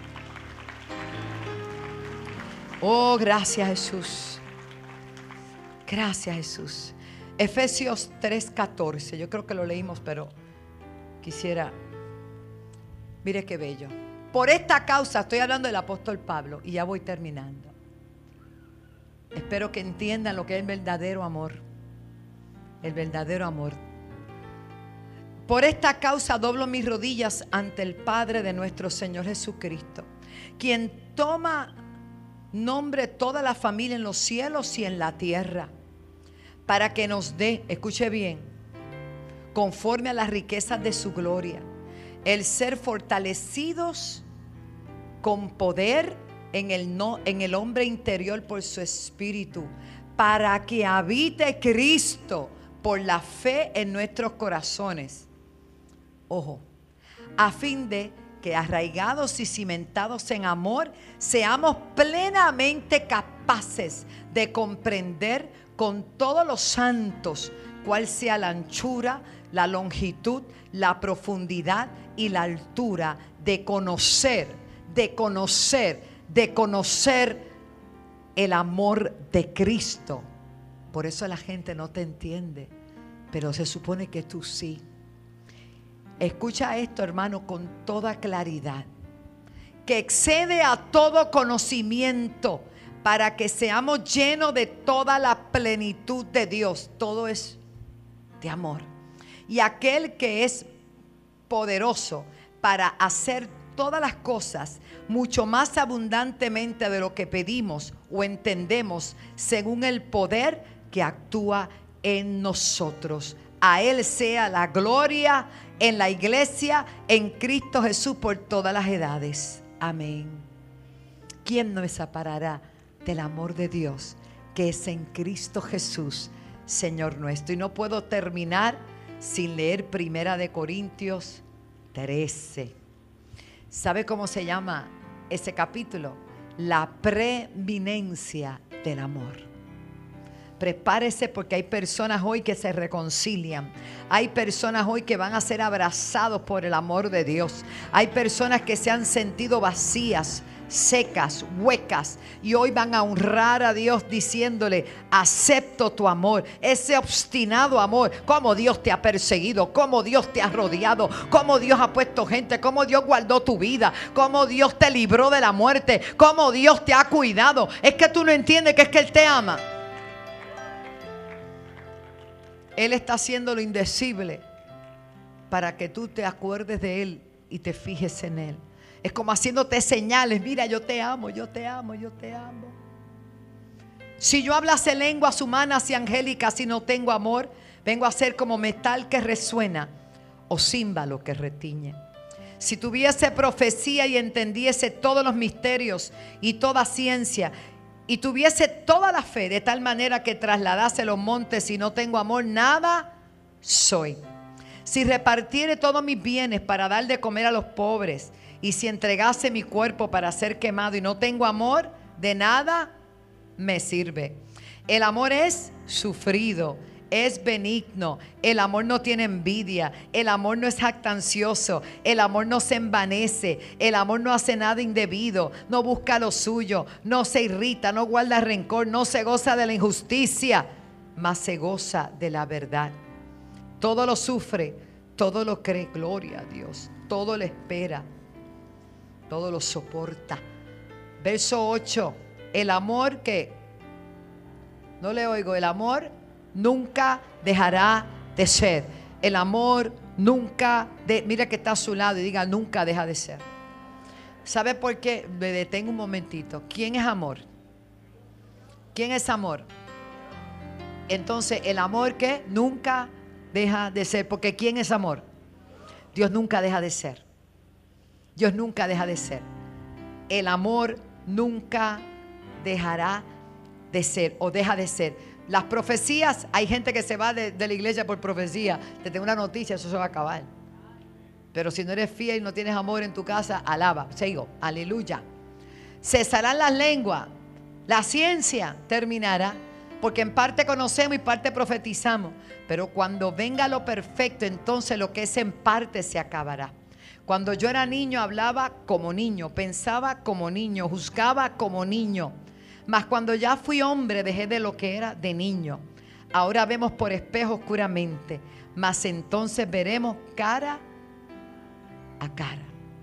Oh, gracias Jesús. Gracias Jesús. Efesios tres catorce. Yo creo que lo leímos, pero quisiera. Mire qué bello. Por esta causa, estoy hablando del apóstol Pablo y ya voy terminando. Espero que entiendan lo que es el verdadero amor. El verdadero amor. Por esta causa doblo mis rodillas ante el Padre de nuestro Señor Jesucristo, quien toma nombre toda la familia en los cielos y en la tierra, para que nos dé, escuche bien, conforme a las riquezas de su gloria, el ser fortalecidos con poder en el, no, en el hombre interior por su espíritu, para que habite Cristo por la fe en nuestros corazones. Ojo, a fin de que arraigados y cimentados en amor, seamos plenamente capaces de comprender con todos los santos cuál sea la anchura, la longitud, la profundidad y la altura, de conocer, de conocer, de conocer el amor de Cristo. Por eso la gente no te entiende, pero se supone que tú sí. Escucha esto, hermano, con toda claridad. Que excede a todo conocimiento, para que seamos llenos de toda la plenitud de Dios. Todo es de amor. Y aquel que es poderoso para hacer todas las cosas mucho más abundantemente de lo que pedimos o entendemos, según el poder que actúa en nosotros. A Él sea la gloria en la iglesia, en Cristo Jesús, por todas las edades. Amén. ¿Quién nos separará del amor de Dios que es en Cristo Jesús, Señor nuestro? Y no puedo terminar sin leer Primera de Corintios trece. ¿Sabe cómo se llama ese capítulo? La preeminencia del amor. Prepárese, porque hay personas hoy que se reconcilian. Hay personas hoy que van a ser abrazados por el amor de Dios. Hay personas que se han sentido vacías, secas, huecas, y hoy van a honrar a Dios diciéndole: acepto tu amor, ese obstinado amor. Cómo Dios te ha perseguido, cómo Dios te ha rodeado, cómo Dios ha puesto gente, cómo Dios guardó tu vida, cómo Dios te libró de la muerte, cómo Dios te ha cuidado. Es que tú no entiendes que es que Él te ama. Él está haciendo lo indecible para que tú te acuerdes de Él y te fijes en Él. Es como haciéndote señales: mira, yo te amo, yo te amo, yo te amo. Si yo hablase lenguas humanas y angélicas y no tengo amor, vengo a ser como metal que resuena o címbalo que retiñe. Si tuviese profecía y entendiese todos los misterios y toda ciencia, y tuviese toda la fe de tal manera que trasladase los montes, y no tengo amor, nada soy. Si repartiere todos mis bienes para dar de comer a los pobres, y si entregase mi cuerpo para ser quemado y no tengo amor, de nada me sirve. El amor es sufrido, es benigno. El amor no tiene envidia. El amor no es jactancioso. El amor no se envanece. El amor no hace nada indebido. No busca lo suyo. No se irrita. No guarda rencor. No se goza de la injusticia, mas se goza de la verdad. Todo lo sufre. Todo lo cree. Gloria a Dios. Todo lo espera. Todo lo soporta. Verso ocho. El amor que... No le oigo. El amor nunca dejará de ser. El amor nunca de, mira que está a su lado y diga: nunca deja de ser. ¿Sabe por qué? Me detengo un momentito. ¿Quién es amor? ¿Quién es amor? Entonces, el amor que nunca deja de ser. Porque ¿quién es amor? Dios nunca deja de ser. Dios nunca deja de ser. El amor nunca dejará de ser o deja de ser. Las profecías, hay gente que se va de, de la iglesia por profecía. Te tengo una noticia: eso se va a acabar. Pero si no eres fiel y no tienes amor en tu casa, alaba, sigo, aleluya. Cesarán las lenguas, la ciencia terminará, porque en parte conocemos y parte profetizamos. Pero cuando venga lo perfecto, entonces lo que es en parte se acabará. Cuando yo era niño hablaba como niño, pensaba como niño, juzgaba como niño. Mas cuando ya fui hombre, dejé de lo que era de niño. Ahora vemos por espejo oscuramente, mas entonces veremos cara a cara.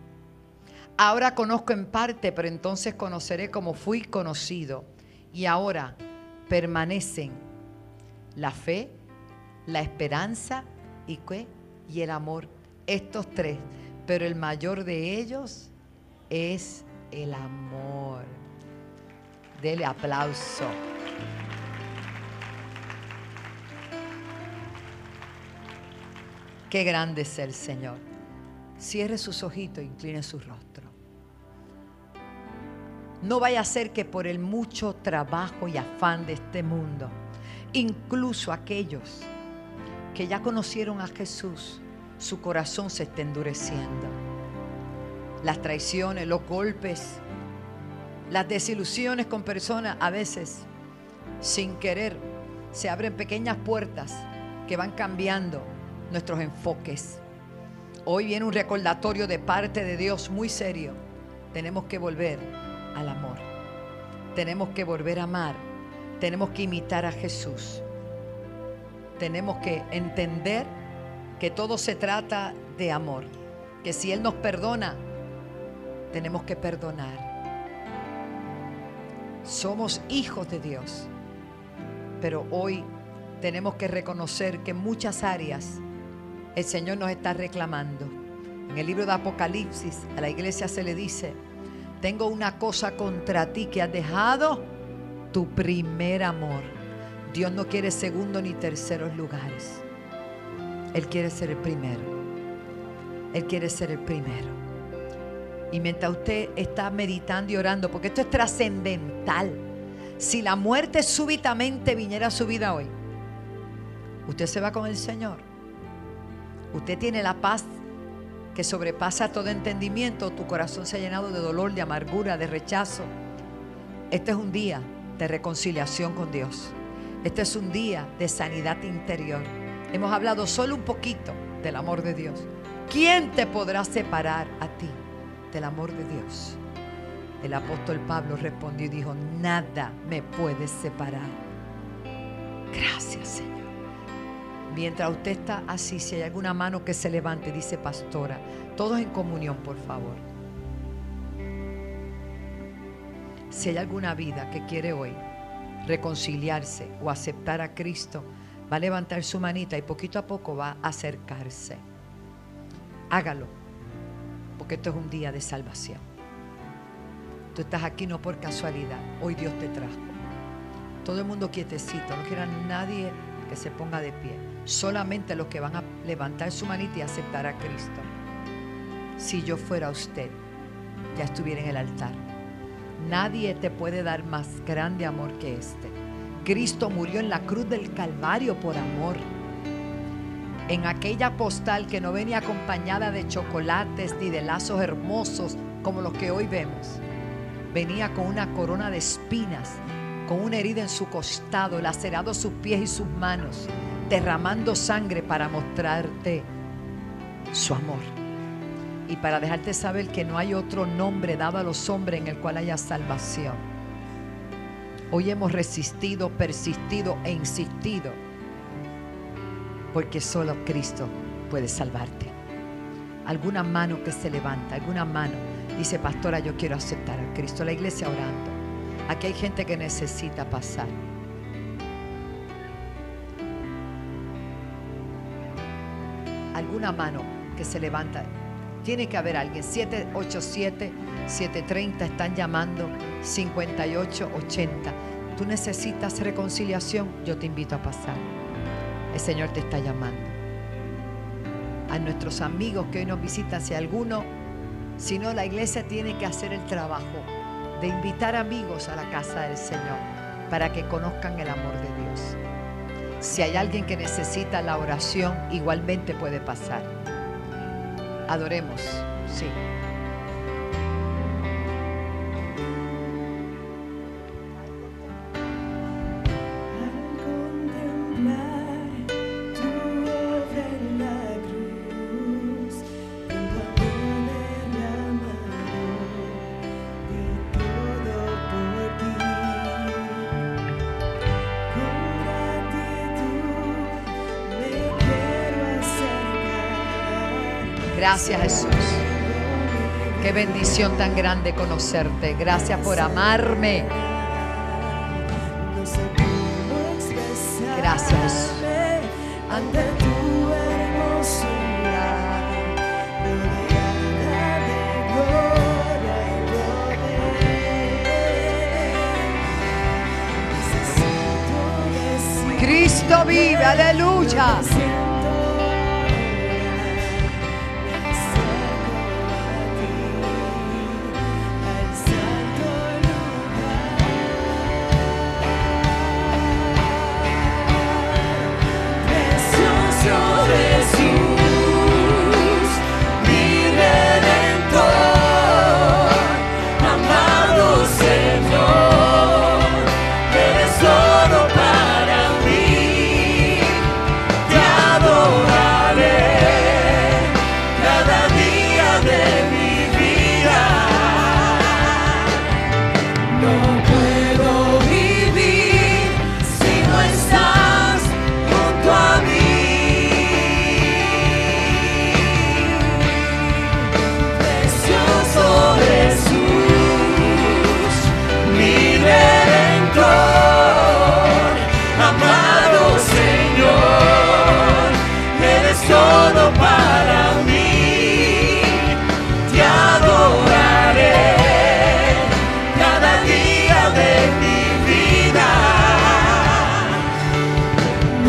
Ahora conozco en parte, pero entonces conoceré como fui conocido. Y ahora permanecen la fe, la esperanza y, ¿qué? y el amor. Estos tres, pero el mayor de ellos es el amor. Dele aplauso. Qué grande es el Señor. Cierre sus ojitos e incline su rostro. No vaya a ser que por el mucho trabajo y afán de este mundo, incluso aquellos que ya conocieron a Jesús, su corazón se esté endureciendo. Las traiciones, los golpes, las desilusiones con personas, a veces sin querer se abren pequeñas puertas que van cambiando nuestros enfoques. Hoy viene un recordatorio de parte de Dios muy serio. Tenemos que volver al amor. Tenemos que volver a amar. Tenemos que imitar a Jesús. tenemos que entender que todo se trata de amor. Que si Él nos perdona, tenemos que perdonar. Somos hijos de Dios. Pero hoy tenemos que reconocer que en muchas áreas el Señor nos está reclamando. En el libro de Apocalipsis a la iglesia se le dice: tengo una cosa contra ti, que has dejado tu primer amor. Dios no quiere segundo ni terceros lugares. Él quiere ser el primero. Él quiere ser el primero. Y mientras usted está meditando y orando, porque esto es trascendental. Si la muerte súbitamente viniera a su vida hoy, usted se va con el Señor. Usted tiene la paz que sobrepasa todo entendimiento. Tu corazón se ha llenado de dolor, de amargura, de rechazo. Este es un día de reconciliación con Dios. Este es un día de sanidad interior. Hemos hablado solo un poquito del amor de Dios. ¿Quién te podrá separar a ti del amor de Dios? El apóstol Pablo respondió y dijo: nada me puede separar. Gracias, Señor. Mientras usted está así, si hay alguna mano que se levante, dice: pastora, todos en comunión, por favor. Si hay alguna vida que quiere hoy reconciliarse o aceptar a Cristo, va a levantar su manita y poquito a poco va a acercarse. Hágalo, porque esto es un día de salvación. Tú estás aquí no por casualidad. Hoy Dios te trajo. Todo el mundo quietecito. No quiera nadie que se ponga de pie. Solamente los que van a levantar su manita y aceptar a Cristo. Si yo fuera usted, ya estuviera en el altar. Nadie te puede dar más grande amor que este. Cristo murió en la cruz del Calvario por amor. En aquella postal que no venía acompañada de chocolates ni de lazos hermosos como los que hoy vemos, venía con una corona de espinas, con una herida en su costado, lacerados sus pies y sus manos, derramando sangre para mostrarte su amor y para dejarte saber que no hay otro nombre dado a los hombres en el cual haya salvación. Hoy hemos resistido, persistido e insistido, porque solo Cristo puede salvarte. Alguna mano que se levanta, alguna mano dice: pastora, yo quiero aceptar a Cristo. La iglesia orando. Aquí hay gente que necesita pasar. Alguna mano que se levanta. Tiene que haber alguien. siete ocho siete, siete tres cero están llamando. cincuenta y ocho ochenta. Tú necesitas reconciliación. Yo te invito a pasar. El Señor te está llamando. A nuestros amigos que hoy nos visitan, si alguno, si no, la iglesia tiene que hacer el trabajo de invitar amigos a la casa del Señor para que conozcan el amor de Dios. Si hay alguien que necesita la oración, igualmente puede pasar. Adoremos, sí. Gracias, Jesús. Qué bendición tan grande conocerte. Gracias por amarme. Gracias. Ante tu hermosura, rodeada de gloria y poder. Cristo vive, aleluya. Te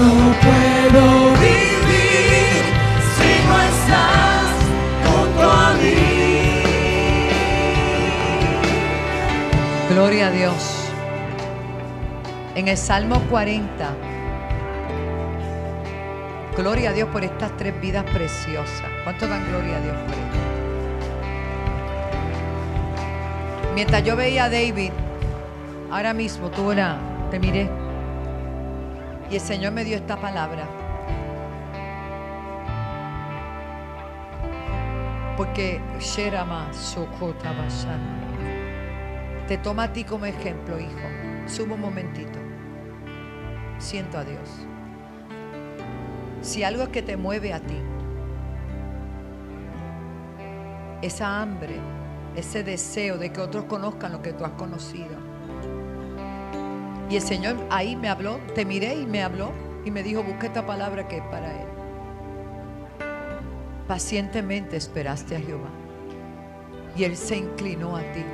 No puedo vivir si no estás junto a mí. Gloria a Dios. En el Salmo cuarenta, gloria a Dios por estas tres vidas preciosas. ¿Cuánto dan gloria a Dios por esto? Mientras yo veía a David, ahora mismo tú una, te miré y el Señor me dio esta palabra. Porque Sherama Sokota Bashan te toma a ti como ejemplo, hijo. Sube un momentito. Siento a Dios. Si algo es que te mueve a ti, esa hambre, ese deseo de que otros conozcan lo que tú has conocido. Y el Señor ahí me habló, te miré y me habló y me dijo, busca esta palabra que es para Él. Pacientemente esperaste a Jehová y Él se inclinó a ti.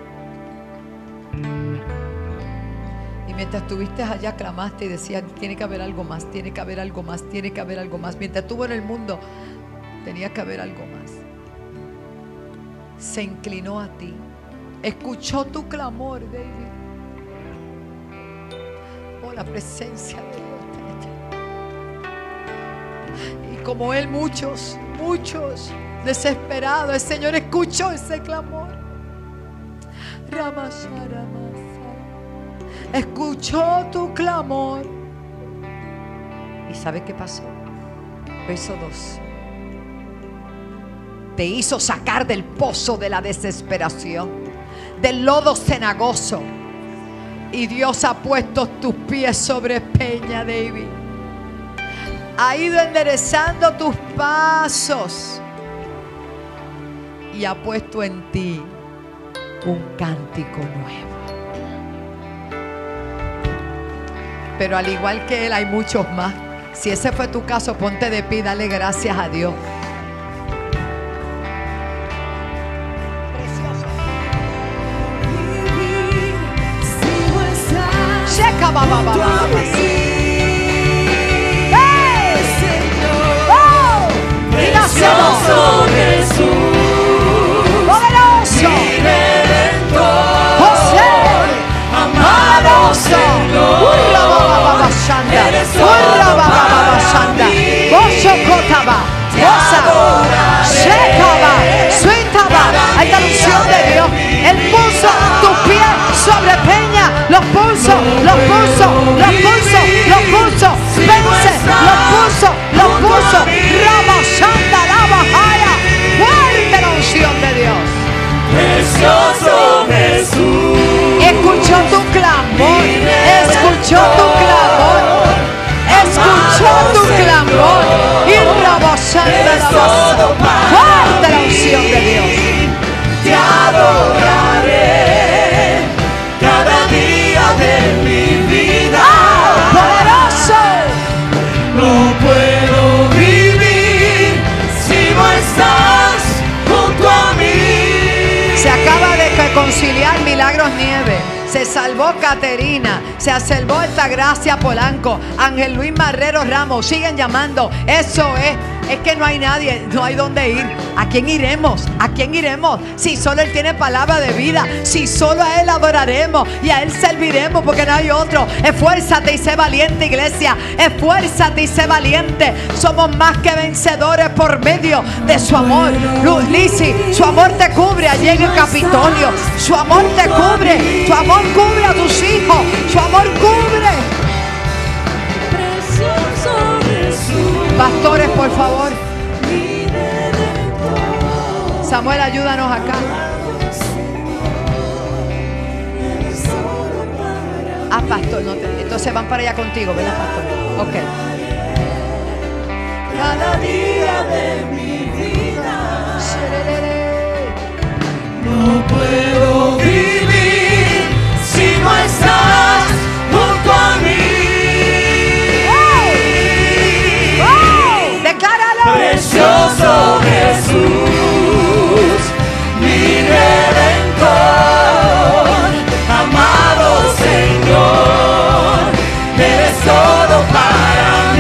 Y mientras estuviste allá clamaste y decías, tiene que haber algo más, tiene que haber algo más, tiene que haber algo más. Mientras estuvo en el mundo, tenía que haber algo más. Se inclinó a ti, escuchó tu clamor, David. Oh, la presencia de Dios está allá. Y como Él, muchos, muchos desesperados, el Señor escuchó ese clamor. Ramasharamasa. Escuchó tu clamor. ¿Y sabe qué pasó? Verso dos. Te hizo sacar del pozo de la desesperación, del lodo cenagoso, y Dios ha puesto tus pies sobre peña, David. Ha ido enderezando tus pasos y ha puesto en ti un cántico nuevo. Pero al igual que Él hay muchos más. Si ese fue tu caso, ponte de pie, dale gracias a Dios. Checa, ba, ba, ba, ba, ba. ¡Hey! ¡Oh! Precioso Jesús, ¡Poderoso! mi Redentor, ¡José! amado Señor, ¡Urra, ba, ba, ba, ba, shanda! eres ¡Urra, ba, ba, ba, ba, para shanda! mí. ¡Gozo, kotaba! Te ¡Goza! adoraré. ¡Shekaba! ¡Suitaba! Hay la unción de Dios. Él puso tus pies sobre peña. Los puso, los puso, los puso, los puso. Vence, los puso, los puso. Rama, shanda, lava, jaya. Fuerte la unción de Dios. Precioso Jesús, Escuchó tu clamor, escuchó tu clamor, escuchó tu clamor y rebosando la voz. Fuerte la unción de Dios. te adoraré cada día de mi vida. ¡Poderoso! No puedo vivir si no estás junto a mí. Se acaba de conciliar Milagros Nieves. Se salvó Caterina, se salvó Altagracia Polanco, Ángel Luis Marrero Ramos. Siguen llamando. Eso es, es que no hay nadie, no hay dónde ir. ¿A quién iremos? ¿A quién iremos? Si solo Él tiene palabra de vida, si solo a Él adoraremos y a Él serviremos, porque no hay otro. Esfuérzate y sé valiente, iglesia. Esfuérzate y sé valiente. Somos más que vencedores por medio de su amor. Luz Lisi, su amor te cubre allí en el Capitolio. Su amor te cubre, su amor cubre a tus hijos, su amor cubre. Precioso Jesús, Pastores, por favor. mi Redentor, Samuel, ayúdanos acá. eres todo para Ah, pastor, no te- entonces van para allá contigo, ¿verdad, pastor? Ok. cada día de mi vida. No puedo vivir si no estás junto a mí. ¡Decláralo! Precioso Jesús, mi Redentor, amado Señor, eres todo para mí.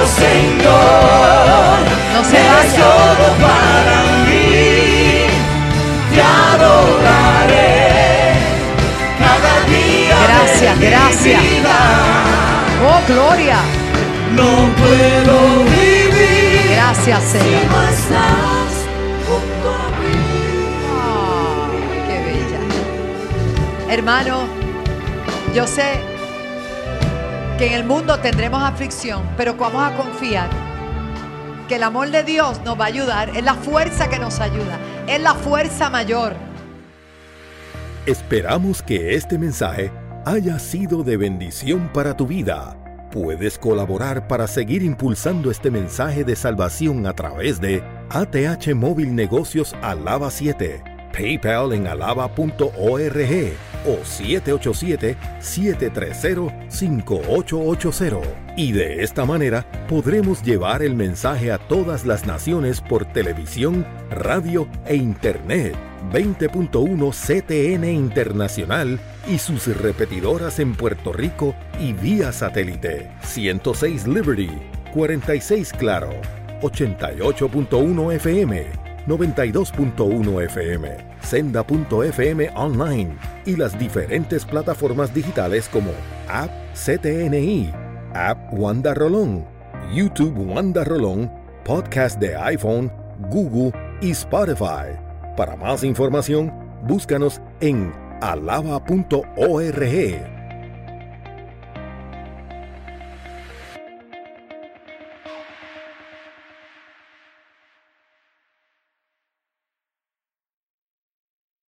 Señor. No se Eres vaya. todo para mí. Te adoraré cada día. Gracias, de mi gracias. vida. Oh, gloria. No puedo vivir Gracias, si Señor. no estás junto a mí. Ay, qué bella. Hermano, yo sé que en el mundo tendremos aflicción, pero vamos a confiar que el amor de Dios nos va a ayudar. Es la fuerza que nos ayuda. Es la fuerza mayor. Esperamos que este mensaje haya sido de bendición para tu vida. Puedes colaborar para seguir impulsando este mensaje de salvación a través de A T H Móvil Negocios Alaba siete, PayPal en alaba punto org o siete ocho siete, siete tres cero, cinco ocho ocho cero. Y de esta manera podremos llevar el mensaje a todas las naciones por televisión, radio e internet. veinte punto uno C T N Internacional y sus repetidoras en Puerto Rico y vía satélite. ciento seis Liberty, cuarenta y seis Claro, ochenta y ocho punto uno F M, noventa y dos punto uno F M, senda punto F M online y las diferentes plataformas digitales como App C T N I, App Wanda Rolón, YouTube Wanda Rolón, Podcast de iPhone, Google y Spotify. Para más información, búscanos en alaba punto org.